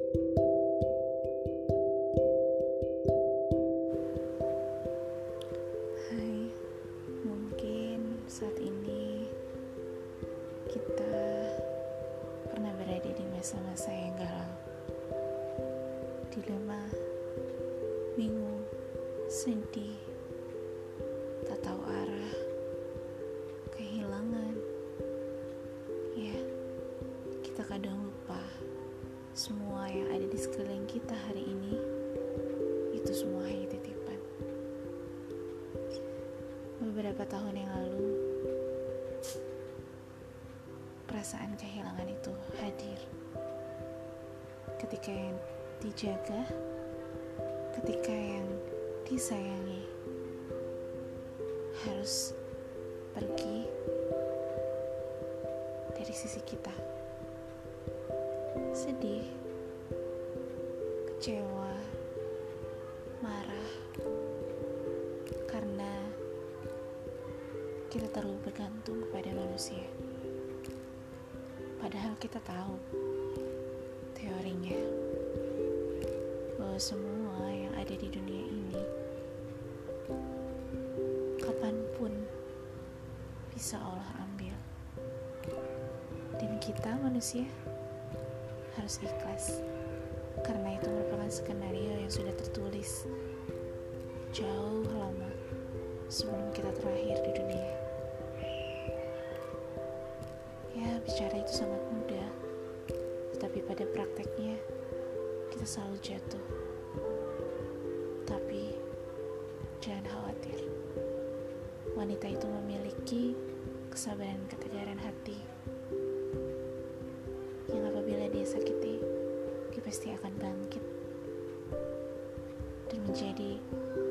Hai, mungkin saat ini kita pernah berada di masa-masa yang galau, dilema, bingung, sedih, tak tahu arah, kehilangan. Ya, kita kadang lupa semua yang ada di sekeliling kita hari ini itu semua hanya titipan. Beberapa tahun yang lalu, perasaan kehilangan itu hadir. Ketika yang dijaga, ketika yang disayangi harus pergi dari sisi kita. Sedih, kecewa, marah, karena kita terlalu bergantung kepada manusia. Padahal kita tahu teorinya bahwa semua yang ada di dunia ini kapanpun bisa Allah ambil. Dan kita manusia harus ikhlas, karena itu merupakan skenario yang sudah tertulis jauh lama sebelum kita terakhir di dunia. Ya, bicara itu sangat mudah, tetapi pada prakteknya kita selalu jatuh. Tapi jangan khawatir, wanita itu memiliki kesabaran dan ketegaran hati yang apabila dia sakiti, dia pasti akan bangkit dan menjadi